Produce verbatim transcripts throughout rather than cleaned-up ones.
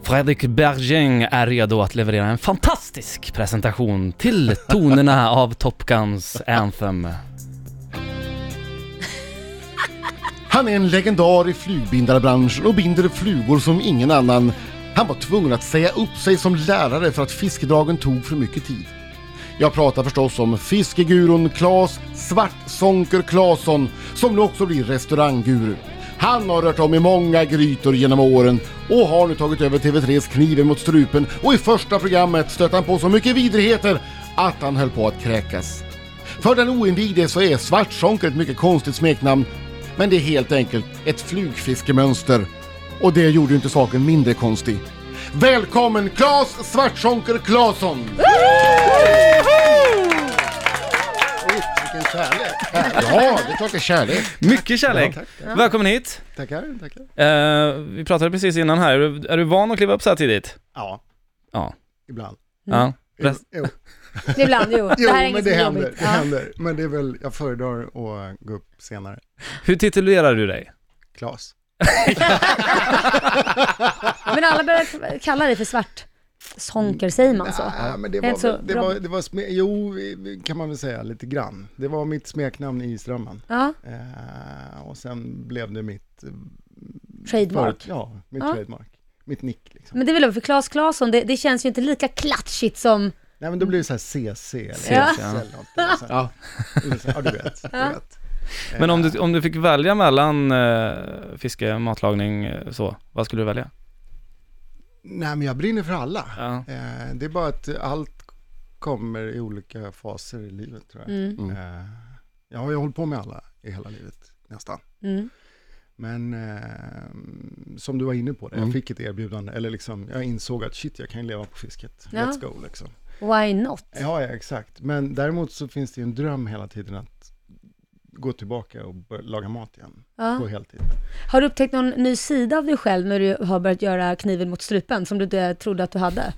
Fredrik Berging är redo att leverera en fantastisk presentation till tonerna av Top Guns Anthem. Han är en legendar i flygbindarbranschen och binder flugor som ingen annan. Han var tvungen att säga upp sig som lärare för att fiskedragen tog för mycket tid. Jag pratar förstås om fiskegurun Claes Svartsonker Claesson, som nu också blir restaurangguru. Han har rört om i många grytor genom åren och har nu tagit över T V tre:s Kniven mot strupen, och i första programmet stötte han på så mycket vidrigheter att han höll på att kräkas. För den oinvigde så är Svartsonker ett mycket konstigt smeknamn, men det är helt enkelt ett flugfiskemönster, och det gjorde inte saken mindre konstig. Välkommen Claes Svartsonker Claesson! Vilken kärlek. Ja, det är klart det är kärlek. Mycket kärlek. Ja, tack. Välkommen hit. Tackar, tackar. Uh, vi pratade precis innan här. Är du, är du van att kliva upp så här tidigt? Ja, Ja. ibland. Ja. Jo, jo. Ibland, jo. jo Det här är men inget det som är händer, jobbigt. det Ja. händer. Men det är väl, jag föredrar att gå upp senare. Hur titulerar du dig? Klas. Men alla börjar kalla dig för svart. Sonker, säger man så? Ja, men det Det är var, inte så väl- det bra. var, det var sme- jo, kan man väl säga lite grann. Det var mitt smeknamn i Strömmen. Ja, Eh, och sen blev det mitt... eh, trademark. förut- Ja, mitt Ja. trademark. Mitt nick liksom. Men det vill jag för Claes Claesson, det, det känns ju inte lika klatschigt som... Nej, men då blir det så här C C eller Ja. C C eller något. Så här. Ja. Ja, du vet. Du Ja. vet. Men om Eh, du, om du fick välja mellan uh, fiske, matlagning, eh, så, vad skulle du välja? Nej, men jag brinner för alla. Ja. Eh, det är bara att allt kommer i olika faser i livet, tror jag. Mm, Mm. Eh, jag har ju hållit på med alla i hela livet, nästan. mm. Men eh, som du var inne på det, Mm. jag fick ett erbjudande, eller liksom, jag insåg att shit, jag kan ju leva på fisket. Ja. Let's go, liksom. Why not? Ja, ja, exakt. Men däremot så finns det ju en dröm hela tiden att gå tillbaka och börja laga mat igen Ja. på heltid. Har du upptäckt någon ny sida av dig själv när du har börjat göra Kniven mot strupen som du inte trodde att du hade?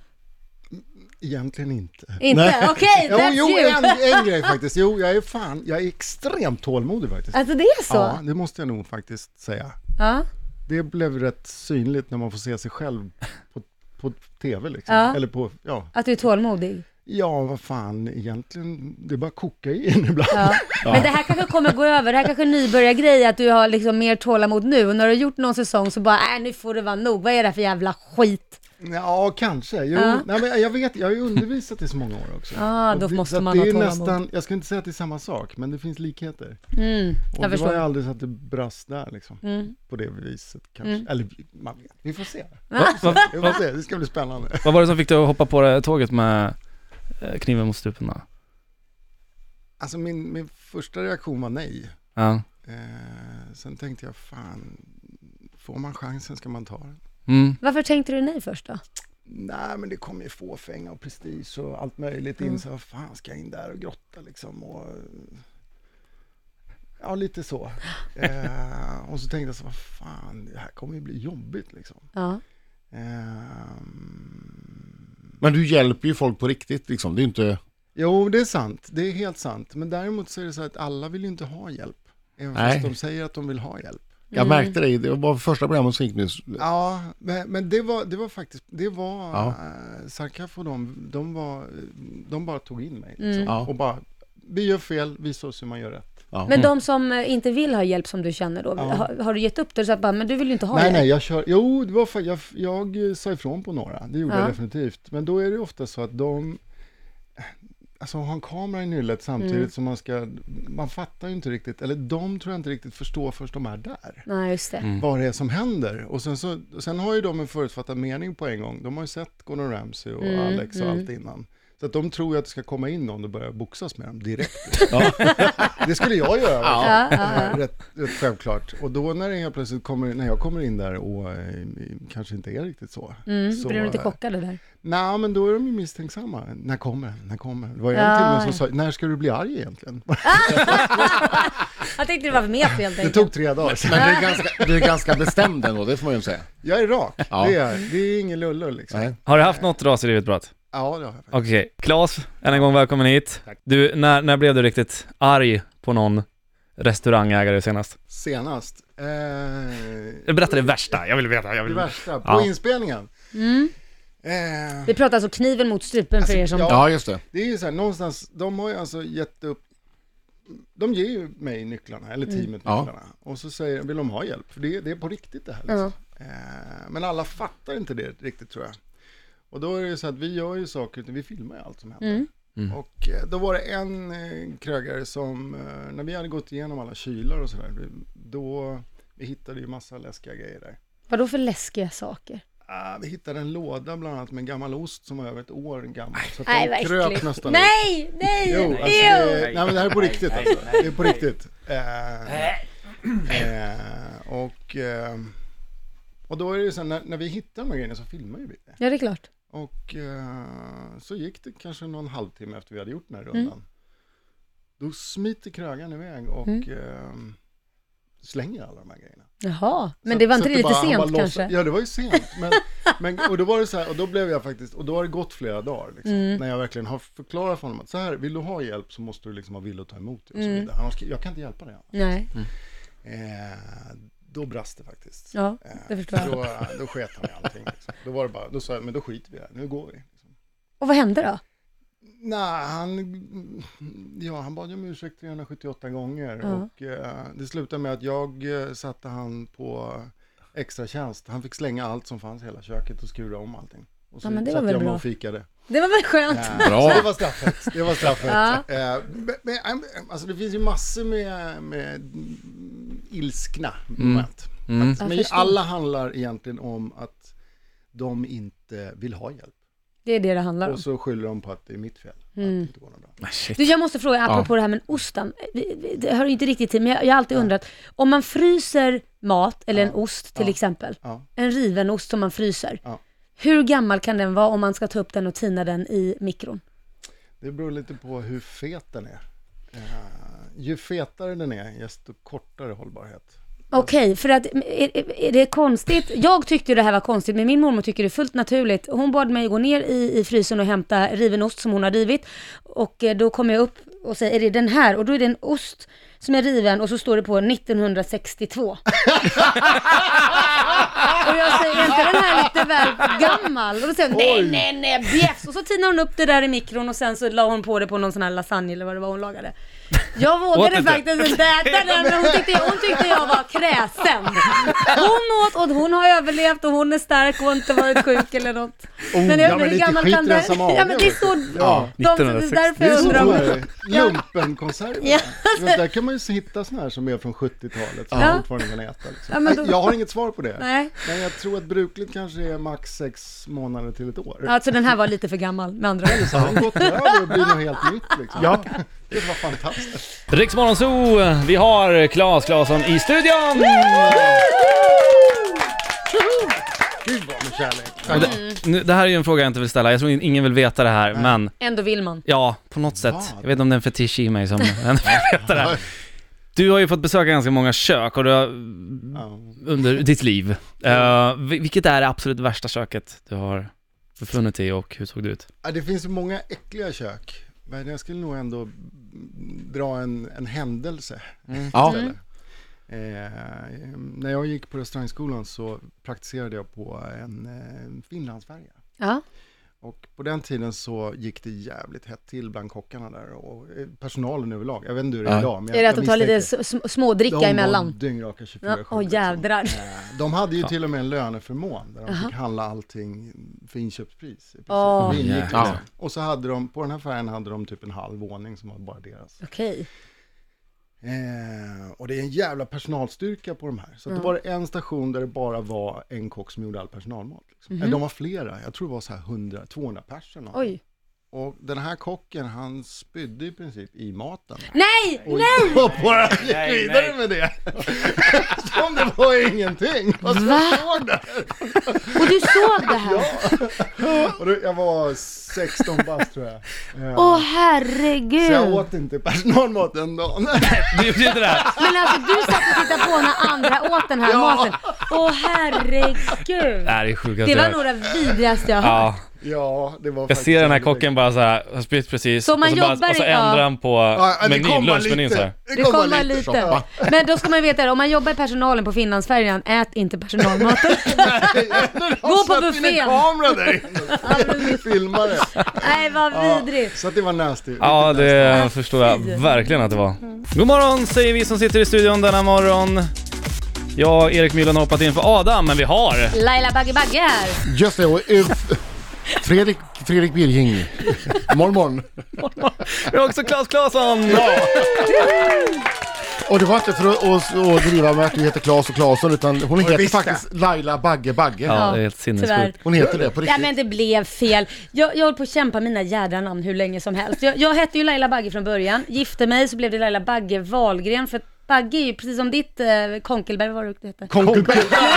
Egentligen inte. Inte? Okej, Jo, that's jo you! en, en grej faktiskt. Jo, jag är fan, jag är extremt tålmodig faktiskt. Alltså det är så? Ja, det måste jag nog faktiskt säga. Ja. Det blev rätt synligt när man får se sig själv på, på tv liksom. Ja. Eller på, ja. Att du är tålmodig? Ja, vad fan, egentligen, det är bara koka in ibland. Ja. Men det här kanske kommer gå över. Det här kanske är en nybörjargrej att du har liksom mer tålamod nu. Och när du har gjort någon säsong så bara, äh, nu får det vara nog. Vad är det här för jävla skit? Ja, kanske. Jo, Ja. nej, men jag vet, jag har ju undervisat i så många år också. Ja, Och då det, måste så att man det ha är tålamod. nästan, jag ska inte säga att det är samma sak, men det finns likheter. Mm, Och jag det var ju förstår. aldrig så att det brast där liksom. Mm. På det viset kanske. Mm. Eller man vet, vi får se. Va, va, Vi får se, det ska bli spännande. vad var det som fick dig att hoppa på det tåget med eh, Kniven mot strupen då? Alltså min, min första reaktion var nej. Ja. Eh, sen tänkte jag, fan, får man chansen ska man ta den. Mm. Varför tänkte du nej först då? Nej, men det kommer ju fåfänga och prestige och allt möjligt in. Mm. Så vad fan ska jag in där och grotta liksom? Och, ja, lite så. Eh, och så tänkte jag så, vad fan, det här kommer ju bli jobbigt liksom. Ja. Eh, Men du hjälper ju folk på riktigt liksom. Det är inte... jo, det är sant. Det är helt sant. Men däremot så är det så att alla vill ju inte ha hjälp. Även Nej. fast de säger att de vill ha hjälp. Jag märkte det, det var första programmet som gick nyss. Ja, men, men det var, det var faktiskt, det var, Ja. eh, Sarkaf och de, de var, de bara tog in mig. Liksom. Mm. Ja. Och bara, vi gör fel, visa oss hur man gör rätt. Ja. Men de som eh, inte vill ha hjälp som du känner då, Ja. har, har du gett upp det? Så att bara, men du vill ju inte ha nej, hjälp. nej, jag kör, jo, det var för, jag, jag sa ifrån på några, det gjorde Ja. jag definitivt. Men då är det ofta så att de, alltså har en kamera i nyllet samtidigt Mm. som man ska, man fattar ju inte riktigt, eller de tror jag inte riktigt förstår först de är där. Nej, just det. Mm. Vad det är som händer. Och sen, så, sen har ju de en förutfattad mening på en gång. De har ju sett Gordon Ramsay och Mm, Alex och mm. allt innan. Så att de tror ju att det ska komma in någon och börja boxas med dem direkt. Ja. Det skulle jag göra. Ja, ja, ja. Rätt, rätt självklart. Och då när, det helt plötsligt kommer, när jag kommer in där och eh, kanske inte är riktigt så. Mm, så blir du inte eh, chockad där? Nej, men då är de ju misstänksamma. När kommer den? När kommer den? Det var ju Ja, en till mig ja. som sa, när ska du bli arg egentligen? Jag tänkte det var med för helt Det enkelt. tog tre dagar. Men du är, ganska, du är ganska bestämd ändå, det får man ju säga. Jag är rak. Ja. Det, är, det är ingen lullull liksom. Nej. Har du haft något ras i livet, Brat? Ja, det har jag faktiskt. Okej, Claes, än en gång välkommen hit. Tack. Du, när, när blev du riktigt arg på någon restaurangägare senast? Senast. Eh, Berätta det värsta, jag vill veta. Jag det vill... värsta. På Ja. inspelningen. Mm. Eh, Vi pratar alltså kniven mot strupen Alltså, för er som... ja. Ja, just det. det är ju så här, någonstans, de har ju alltså gett upp, de ger ju mig nycklarna, eller teamet Ja. nycklarna. Och så säger vill de ha hjälp, för det, det är på riktigt det här. Liksom. Eh, men alla fattar inte det riktigt, tror jag. Och då är det så att vi gör ju saker, utan vi filmar ju allt som händer. Mm. Mm. Och eh, då var det en eh, krögare som, eh, när vi hade gått igenom alla kylar och sådär, då, vi hittade ju massa läskiga grejer där. Vadå för läskiga saker? Ah, vi hittade en låda bland annat med en gammal ost som var över ett år gammal. Så att Nej, de vad kröp äckligt. nästan. Nej, nej, Jo, alltså ew. det, nej men det här är på riktigt alltså. Det är på riktigt. Eh, eh, och, eh, och då är det så här, när, när vi hittar de här grejerna så filmar ju vi det. Ja, det är klart. Och eh, så gick det kanske någon halvtimme efter vi hade gjort den här rundan. Mm. Då smiter krögaren iväg och Mm. eh, slänger alla de här grejerna. Jaha, men Så- det var så inte att lite bara- han sent bara lossade- kanske? Ja, det var ju sent. Men, men, och då var det så här, och då blev jag faktiskt, och då har det gått flera dagar liksom, Mm. när jag verkligen har förklarat för honom att så här, vill du ha hjälp så måste du liksom vara villig att ta emot det och så Mm. vidare. Han har skrivit, jag kan inte hjälpa dig. Nej, Eh, då brast det faktiskt. ja, Eh, det förstår jag. Då, då sket han i allting. Liksom. Då var det bara, då sa jag, men då skiter vi här, nu går vi. Liksom. Och vad hände då? Nej, han, ja, han bad ju om ursäkt trehundrasjuttioåtta gånger Ja. och eh, det slutade med att jag eh, satte han på extra tjänst. Han fick slänga allt som fanns i hela köket och skura om allting. Och så Ja, men det var satt väl jag mig bra. och fikade. Det var väl skönt? Ja, Bra. så det var straffet. Det var straffet. Ja. Eh, men, men, alltså det finns ju massor med, med mm, ilskna moment. Mm. Att, Jag men förstår. alla handlar egentligen om att de inte vill ha hjälp. Det är det det handlar om. Och så skyller de på att det är mitt fel. Att det Mm. inte går något bra. Ah, shit. Du, jag måste fråga, apropå det här med osten. Vi- vi- Det hör ju inte riktigt till, men jag, jag har alltid undrat. Om man fryser mat, eller en Ja. ost till Ja. exempel. Ja. En riven ost som man fryser. Ja. Hur gammal kan den vara om man ska ta upp den och tina den i mikron? Det beror lite på hur fet den är. Uh, ju fetare den är, desto kortare hållbarhet. Okej, för att är, är- är det konstigt? Jag tyckte det här var konstigt, men min mormor tycker det är fullt naturligt. Hon bad mig gå ner i, i frysen och hämta riven ost som hon har rivit. Och eh, då kommer jag upp och säger, är det den här? Och då är det en ost som är riven och så står det på nittonhundrasextiotvå. Och jag säger, är inte den här lite väl gammal? Och då säger hon, nej, nej, nej, bjäfs. Och så tinar hon upp det där i mikron och sen så la hon på det på någon sån här lasagne eller vad det var hon lagade. Jag Åt vågade inte. faktiskt inte äta den, men hon tyckte, hon tyckte jag var kräsen. Hon åt och hon har överlevt och hon är stark och inte varit sjuk eller något. Oh, jag- ja, men hur lite gammal skit kan i det- dessa magar, Ja, men det är vet du. så... Ja. De, det är nittonhundrasextio. därför Det är jag som undrar de om... här lumpenkonserverna. Ja. Men där kan man ju hitta såna här som är från sjuttiotalet som Ja. man fortfarande kan äta. Liksom. Ja, men då- Jag har inget svar på det. Nej, Men jag tror att brukligt kanske är max sex månader till ett år. alltså den här var lite för gammal med andra ord. Så har de gått över och blir något helt nytt liksom. Ja. Det var fantastiskt. Riksmorgon Zoo, vi har Claes Claesson i studion! Gud vad med kärlek. Och det, nu, det här är ju en fråga jag inte vill ställa, jag tror ingen vill veta det här, men Ändå vill man. ja, på något sätt. Vad? Jag vet inte om det är en fetisch i mig som ändå vill veta det här. Du har ju fått besöka ganska många kök och du har, Ja. under ditt liv. Uh, vilket är det absolut värsta köket du har befunnit dig i och hur såg det ut? Ja, det finns ju många äckliga kök. Men jag skulle nog ändå dra en, en händelse. Ja. istället. Eh, när jag gick på restaurangskolan så praktiserade jag på en eh, Finlandsfärja. Ja. Och på den tiden så gick det jävligt hett till bland kockarna där och eh, personalen överlag. Jag vet inte hur det är Ja. idag. Men Är det jag, att de jag tar lite misstänker- s- sm- smådricka de emellan? var dyngraka tjugofyra Ja, sju. åh, jädrar. Liksom. Eh, De hade ju Ja. till och med en löneförmån där de Aha. fick handla allting för inköpspris. i princip. Åh. Det ingick Ja. liksom. Ja. Och så hade de, på den här färgen hade de typ en halv våning som var bara deras. Okej. Eh, och det är en jävla personalstyrka på de här. Så att det var en station där det bara var en kock som gjorde all personalmat. Liksom. Mhm. Eh, De var flera, jag tror det var så här hundra tvåhundra personer. Oj. Och den här kocken, han spydde i princip i maten. Nej! Och jag bara gick vidare med det. Som det var ingenting. Vad Va? jag såg där. Och du såg det här? Och då, jag var sexton bast tror jag. Ja. Åh herregud. Så jag åt inte personalmat den dagen. Du gjorde inte det här. Men alltså du satt och tittade på när andra åt den här Ja. maten. Åh herregud. Det här är sjukt. Det var nog det vidrigaste jag har hört. Ja, Ja, det var jag faktiskt ser den här jävligt kocken bara så här, har spytt precis. Så man och så, bara, jobbar och så i- ändrar ja. han på Ja, det menyn, kommer lunchmenyn så här. lite. Det kommer lite. shoppa. Men då ska man veta det, om man jobbar i personalen på Finlandsfärjan, ät inte personalmaten. Gå på buffén. Kamera där inne. Filma det. Nej, vad Ja, vidrigt. så att det var nasty. Ja, Riktigt det nasty. förstår jag verkligen att det var. God morgon säger vi som sitter i studion denna morgon. Jag, Erik Myhlen, har hoppat in för Adam, men vi har... Laila Bagge Bagge här. Just det, och eh, Fredrik, Fredrik Birging. Morgon, morgon. Vi har också Claes Claesson! Och det var inte för att, att, att driva med att du heter Claes och Claesson, utan hon heter visst det. faktiskt Laila Bagge Bagge. Ja, det är helt tyvärr. sinnessjukt. Hon heter det på Ja, riktigt. men det blev fel. Jag, jag håller på att kämpa mina jädra namn hur länge som helst. Jag, jag hette ju Laila Bagge från början. Gifte mig så blev det Laila Bagge Wahlgren. För Bagge är ju precis som ditt eh, Konkelberg, vad var det heter? Konkelberg.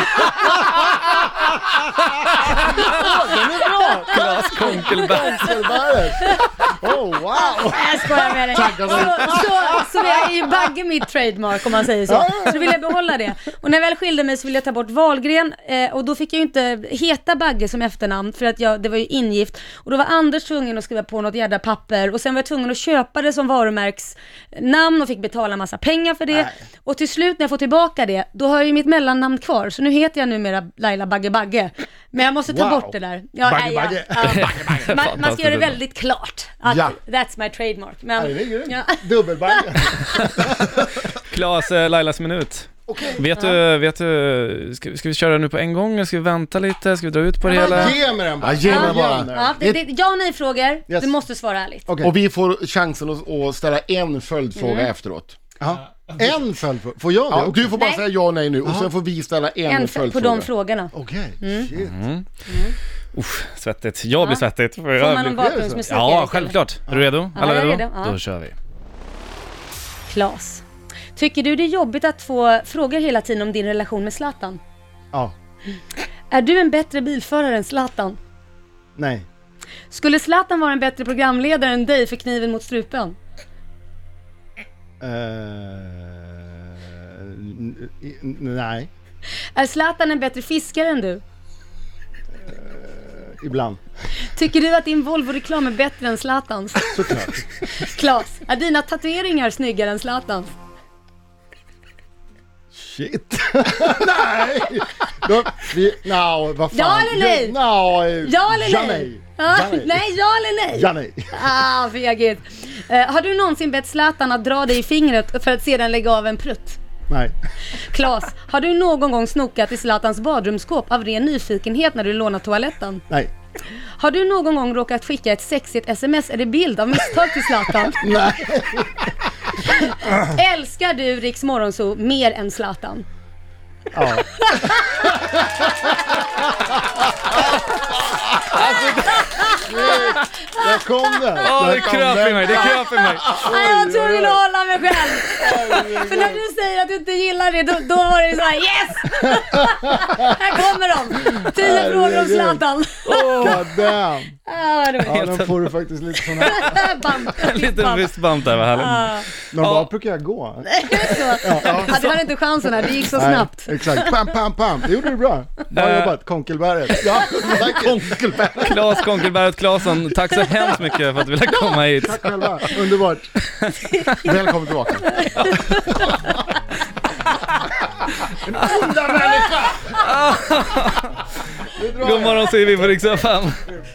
Claes Konkelberg. Konkelberg. Oh wow. Jag skojar med dig. Så, så, så det är ju Bagge mitt trademark om man säger så. Så då vill jag behålla det. Och när jag väl skilde mig så ville jag ta bort Wahlgren. Eh, och då fick jag ju inte heta Bagge som efternamn för att jag, det var ju ingift. Och då var Anders tvungen att skriva på något jädra papper. Och sen var jag tvungen att köpa det som varumärksnamn och fick betala en massa pengar för det. Nej. Och till slut när jag får tillbaka det, då har jag ju mitt mellannamn kvar. Så nu heter jag numera Laila Bagge Bagge. Men jag måste ta Wow. bort det där. Ja, Bagge, nej, ja, Bagge. ja. Man, man ska göra det väldigt klart att Ja. that's my trademark. Men, Nej, det är grymt. ja. Dubbelbagge. Claes, eh, Lailas minut. Okej. Vet du, vet du, ska, ska vi köra nu på en gång eller ska vi vänta lite? Ska vi dra ut på det Ja, hela? Ge mig den bara. Ja, ge mig Ja, bara. den där. Ja, det, det, ja och nej-frågor. Yes. Du måste svara ärligt. Okej. Och vi får chansen att, att ställa en följdfråga efteråt. Ja. En följdfråga. Får jag det Ja, också? du får bara Nej. säga ja och nej nu och sen får vi ställa en, En f- på följdfråga. de frågorna. Okej, Mm. shit. Uff, svettigt. Jag blir Ja. svettigt. För Får jag man blir... någon bakgrundsmusik? Ja, Erik, självklart. Är du redo? Ja, Alla jag är redo? redo, ja. Då kör vi. eller? Claes, tycker du det är jobbigt att få frågor hela tiden om din relation med Zlatan? Ja. Är du en bättre bilförare än Zlatan? Nej. Skulle Zlatan vara en bättre programledare än dig för Kniven mot strupen? Eh, n- n- nej. Är Zlatan en bättre fiskare än du? Ibland. Tycker du att din Volvo-reklam är bättre än Zlatans? Såklart. Claes, är dina tatueringar snyggare än Zlatans? Shit. Nej. Då, vi, no, vad fan. Ja eller nej? No, Ja eller ja, nej? nej. Ja, Ja, nej. nej, ja eller nej? Ja, nej. Ah, fegigt. Uh, har du någonsin bett Zlatan att dra dig i fingret för att sedan lägga av en prutt? Nej. Claes, har du någon gång snokat i Zlatans badrumsskåp av ren nyfikenhet när du lånat toaletten? Nej. Har du någon gång råkat skicka ett sexigt sms eller bild av misstag till Zlatan? Nej. Älskar du Riks Morgonzoo mer än Zlatan? Ja. Där kom det. Ja, det Där kom kröp i mig, det kröp i mig. Nej, jag var tvungen att hålla mig själv. För när du säger att du inte gillar det, då, då var det så här: yes! Här kommer de! Tio frågor om Zlatan. God damn. Ah, vad roligt. Ja, den får du faktiskt lite sån här. Bam. En liten fistbump där, vad härligt. Ah, Normalt brukar jag gå. så. Ja, du hade inte chansen här, det gick så snabbt. Nej, exakt. Pam, pam, pam. Det gjorde du bra. Bra Eh. jobbat. Konkelberget. Ja, tack. Konkelberget. Claes Konkelberget Claesson, tack så hemskt mycket för att du ville komma hit. Tack själva. Underbart. Välkommen tillbaka. Onda människa! God morgon säger vi på Rix F M.